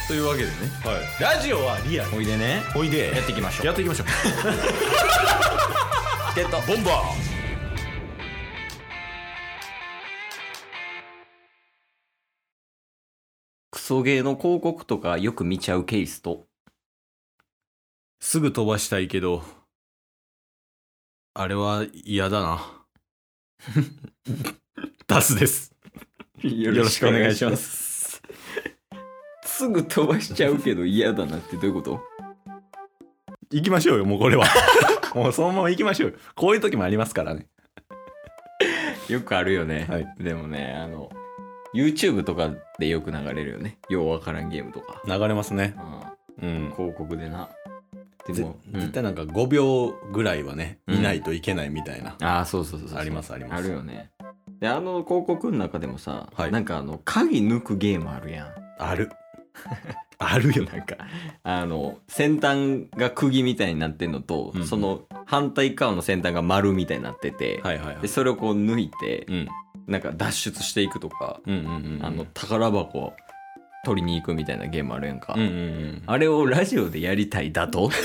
というわけでね、 はい、ラジオはリアル。 おいでね、 おいでやっていきましょう。 やっていきましょうチケットボンバー。 クソゲーの広告とかよく見ちゃうケースと、 すぐ飛ばしたいけどあれは嫌だなダスです。 よろしくお願いします。すぐ飛ばしちゃうけど嫌だなってどういうこと？ 行きましょうよ、もうこれはもうそのまま行きましょうよ。こういう時もありますからね。 よくあるよね、 はい、 でもね、YouTube とかでよく流れるよね、ようわからんゲームとか流れますね、 うん、広告でな。でも絶対なんか5秒ぐらいはね、見ないといけないみたいな、 ああそうそうそうそう、 ありますあります、 あるよね。で広告の中でもさ、 はい、 なんか鍵抜くゲームあるやん。 あるあるよ。 なんか先端が釘みたいになってんのと、その反対側の先端が丸みたいになってて、 はいはいはい、 でそれをこう抜いて、なんか脱出していくとか、宝箱を取りに行くみたいなゲームあるやんか、あれをラジオでやりたいだと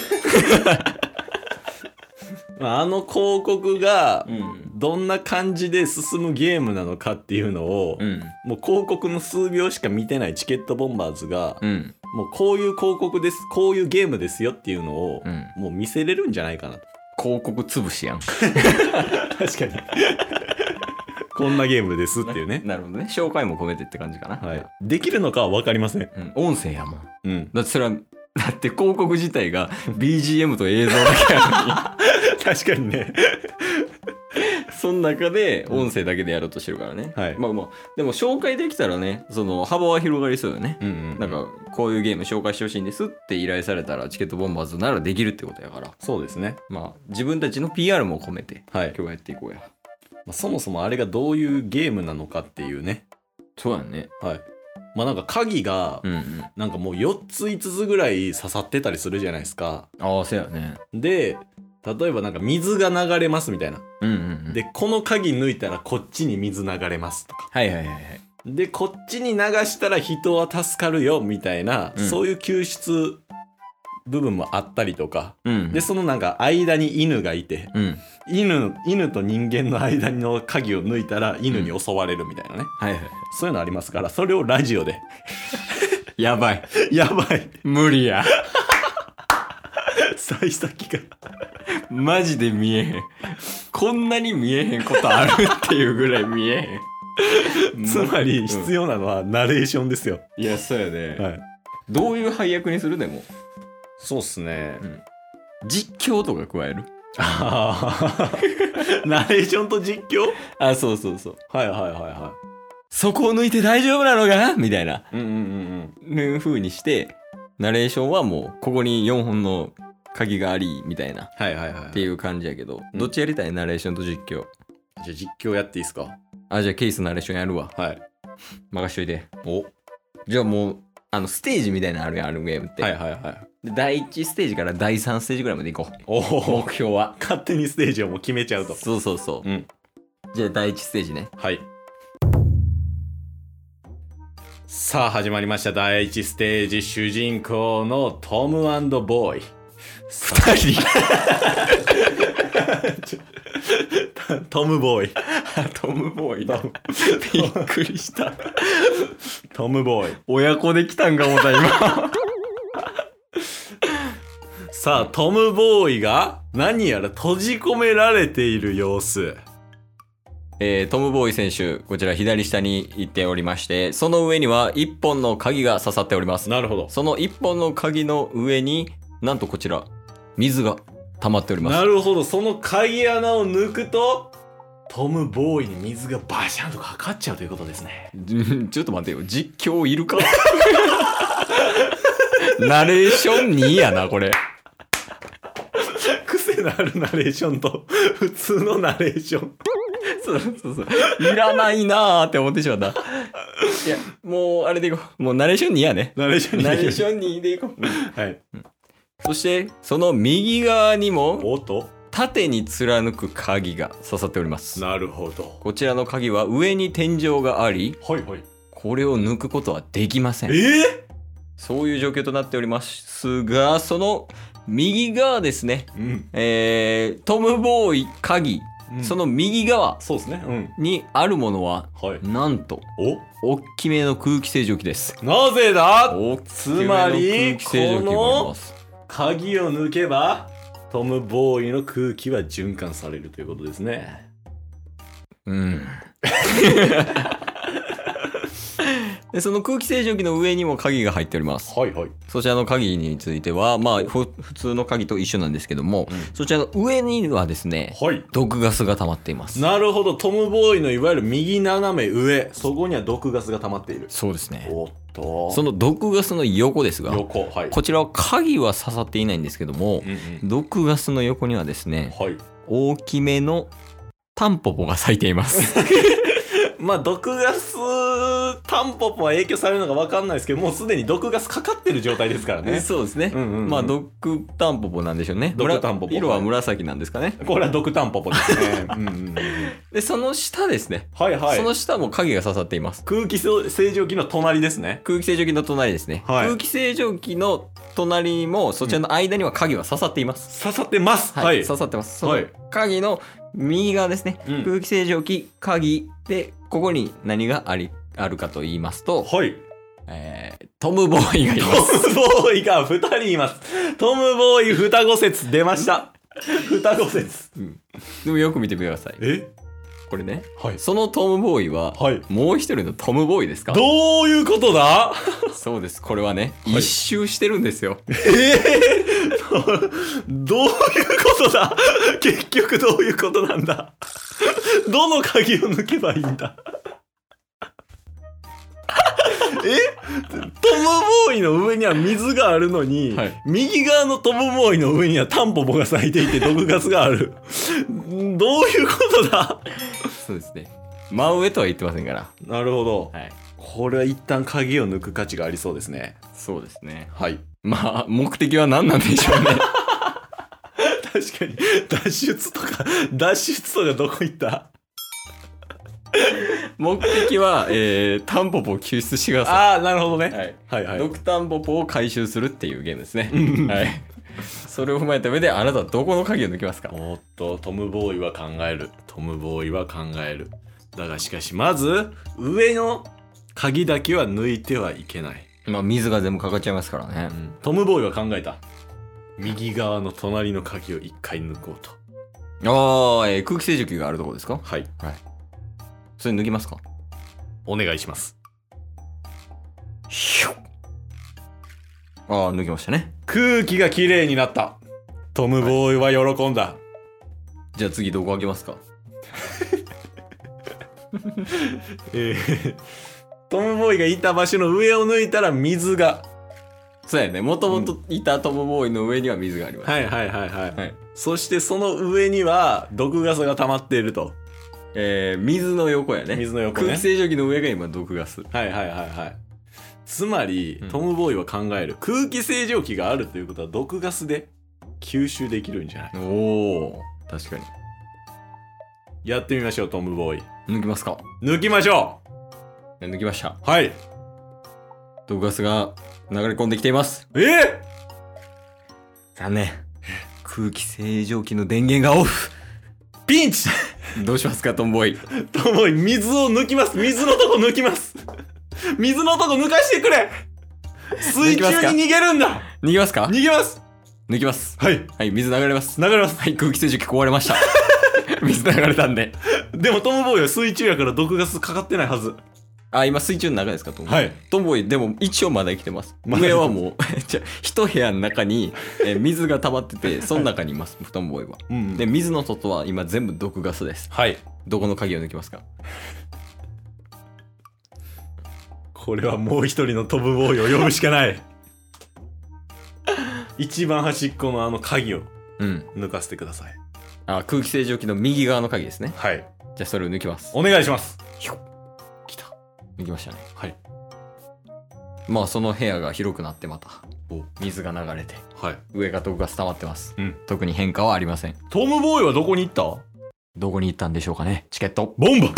広告がどんな感じで進むゲームなのかっていうのを、もう広告の数秒しか見てないチケットボンバーズが、もうこういう広告です、こういうゲームですよっていうのを、もう見せれるんじゃないかなと。 広告潰しやん確かにこんなゲームですっていうね。 なるほどね、紹介も込めてって感じかな、 はい、できるのかは分かりません、 音声やもん、だってそれはだって広告自体が BGM と映像だけやのに確かにねその中で音声だけでやろうとしてるからね、まあでも紹介できたらね、その幅は広がりそうよね、なんかこういうゲーム紹介してほしいんですって依頼されたらチケットボンバーズならできるってことやから。 そうですね、 まあ自分たちの PR も込めて、今日はやっていこうや。 そもそもあれがどういうゲームなのかっていうね。 そうやね。 はい。なんか鍵が、なんかもう4つ5つぐらい刺さってたりするじゃないですか。 ああ、そうやね。 で、例えばなんか水が流れますみたいな。で、この鍵抜いたらこっちに水流れますとか。で、こっちに流したら人は助かるよみたいな、そういう救出部分もあったりとか、でそのなんか間に犬がいて、犬と人間の間の鍵を抜いたら犬に襲われるみたいなね、そういうのありますから、それをラジオでやばいやばい無理や幸先がマジで見えへん。こんなに見えへんことあるっていうぐらい見えへんつまり必要なのはナレーションですよ。 いやそうやね、どういう配役にする？でもそうっすね、 実況とか加える？ ナレーションと実況？ そうそうそう、 そこを抜いて大丈夫なのかみたいな風にして、ナレーションはもうここに4本の鍵がありみたいなっていう感じやけど、どっちやりたい？ナレーションと実況。 じゃあ実況やっていいっすか？ じゃあケースナレーションやるわ。任しといて。じゃあもうステージみたいなのあるやん、あるゲームって。で第1ステージから第3ステージぐらいまで行こう。目標は勝手にステージをもう決めちゃうと。 そうそうそう、じゃあ第1ステージね。 さあ始まりました。第1ステージ、主人公のトム&ボーイ 2人トムボーイトムボーイだびっくりしたトムボーイ親子で来たんか思った今さあトムボーイが何やら閉じ込められている様子。 トムボーイ選手、こちら左下に行っておりまして、その上には1本の鍵が刺さっております。 なるほど。 その1本の鍵の上になんとこちら水が溜まっております。 なるほど。その鍵穴を抜くとトムボーイに水がバシャンとかかっちゃうということですね。 ちょっと待ってよ、実況いるかナレーション2やなこれ。 癖のあるナレーションと普通のナレーションそういらないなーって思ってしまった。いやもうあれでいこう。もうナレーション2やね。 ナレーション2でいこう。そしてその右側にも縦に貫く鍵が刺さっております。 なるほど。 こちらの鍵は上に天井があり、これを抜くことはできません。 そういう状況となっておりますが、その右側ですね、トム・ボーイ鍵、その右側にあるものは、なんと大きめの空気清浄機です。 なぜだ？つまりこの鍵を抜けばトム・ボーイの空気は循環されるということですね。 でその空気清浄機の上にも鍵が入っております。そちらの鍵については普通の鍵と一緒なんですけども、そちらの上にはですね、毒ガスが溜まっています。 なるほど。トム・ボーイのいわゆる右斜め上、そこには毒ガスが溜まっている。 そうですね。その毒ガスの横ですが、こちらは鍵は刺さっていないんですけども、毒ガスの横にはですね、大きめのタンポポが咲いています毒ガスタンポポは影響されるのか分かんないですけど、もうすでに毒ガスかかってる状態ですからね。 そうですね。毒タンポポなんでしょうね。 毒タンポポ。 色は紫なんですかね。 これは毒タンポポですね。 でその下ですね。その下も鍵が刺さっています。 空気清浄機の隣ですね。 空気清浄機の隣ですね。空気清浄機の隣にもそちらの間には鍵は刺さっています。 刺さってます。 刺さってます。その鍵の右側ですね。空気清浄機鍵で、ここに何があるかと言いますと、トム・ボーイがいます。 トム・ボーイが2人います。トム・ボーイ双子説出ました。双子説。 でもよく見てください。これね、そのトム・ボーイは、もう一人のトム・ボーイですか？ どういうことだ？ そうです。これはね、一周してるんですよ。 どういうことだ？結局どういうことなんだ？どの鍵を抜けばいいんだ？トム・ボーイの上には水があるのに、右側のトム・ボーイの上にはタンポポが咲いていて毒ガスがある。どういうことだ？ そうですね。真上とは言ってませんから。 なるほど。これは一旦鍵を抜く価値がありそうですね。 そうですね。目的は何なんでしょうね。 確かに脱出とかどこ行った？ 目的は、タンポポを救出してください。 なるほどね。 毒タンポポを回収するっていうゲームですね。それを踏まえた上で、あなたはどこの鍵を抜きますか？ トム・ボーイは考える。トム・ボーイは考える。だがしかしまず上の鍵だけは抜いてはいけない。 水が全部かかっちゃいますからね。 トム・ボーイは考えた。右側の隣の鍵を一回抜こうと。 空気清浄機があるところですか？それ抜きますか？ お願いします。 抜きましたね。 空気がきれいになった。トム・ボーイは喜んだ。 じゃあ次どこ開けますか？ トム・ボーイがいた場所の上を抜いたら水が。 そうやね。もともといたトム・ボーイの上には水があります。 そしてその上には毒ガスが溜まっていると。 水の横やね。 水の横ね。 空気清浄機の上が今毒ガス。 つまり、トム・ボーイは考える。空気清浄機があるということは毒ガスで吸収できるんじゃない？ 確かに。 やってみましょう、トム・ボーイ。 抜きますか？ 抜きましょう。抜きました。 毒ガスが流れ込んできています。残念。空気清浄機の電源がオフ。 ピンチ。 どうしますか、トム・ボーイ。 トム・ボーイ、水を抜きます。水のとこ抜きます。水のとこ抜かしてくれ。水中に逃げるんだ。 逃げますか？ 逃げます。 抜きます。水流れます。 流れます。 空気清浄機壊れました。水流れたんで。 でもトム・ボーイは水中やから毒ガスかかってないはず。 今水中の中ですか？トム・ボーイでも一応まだ生きてます。上はもう一部屋の中に水が溜まってて、その中にいますトム・ボーイは。で水の外は今全部毒ガスです。どこの鍵を抜きますか？ これはもう一人のトム・ボーイを呼ぶしかない。一番端っこのあの鍵を抜かせてください。 空気清浄機の右側の鍵ですね。じゃあそれを抜きます。 お願いします。 来た。抜きましたね。その部屋が広くなってまた水が流れて、上が毒ガス溜まってます。特に変化はありません。 トム・ボーイはどこに行った？ どこに行ったんでしょうかね。チケットボンバ。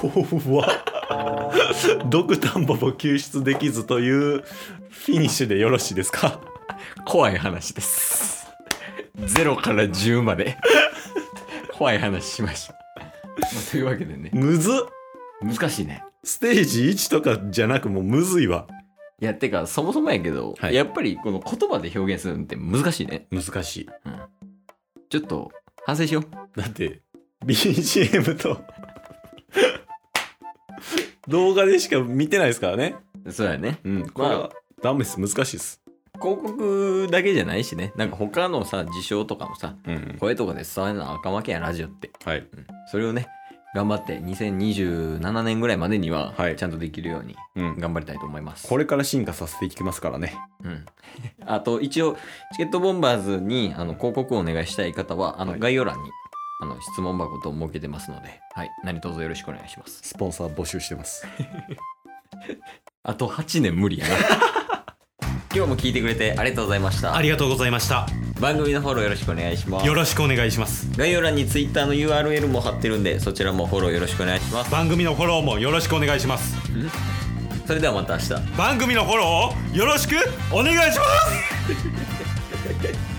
うわ毒タンポポ救出できずというフィニッシュでよろしいですか？ 怖い話です。0から10まで怖い話しました。というわけでね。難しいね。 ステージ1とかじゃなくもうむずいわ。 いや、てかそもそもやけど、やっぱりこの言葉で表現するのって難しいね。 難しい。 ちょっと反省しよう。 だって BGM と動画でしか見てないですからね。 そうやね。 これはダメです。難しいです。 広告だけじゃないしね。なんか他のさ、事象とかもさ、声とかで伝わるのはあかんわけや、ラジオって。それをね、頑張って2027年ぐらいまでにはちゃんとできるように頑張りたいと思います。 これから進化させていきますからね。 あと一応チケットボンバーズに広告をお願いしたい方は概要欄に質問箱と設けてますので、何卒よろしくお願いします。 スポンサー募集してます。 あと8年無理やな。今日も聞いてくれてありがとうございました。 ありがとうございました。 番組のフォローよろしくお願いします。 よろしくお願いします。 概要欄に Twitter の URL も貼ってるんで、そちらもフォローよろしくお願いします。 番組のフォローもよろしくお願いします。 それではまた明日。 番組のフォローをよろしくお願いします。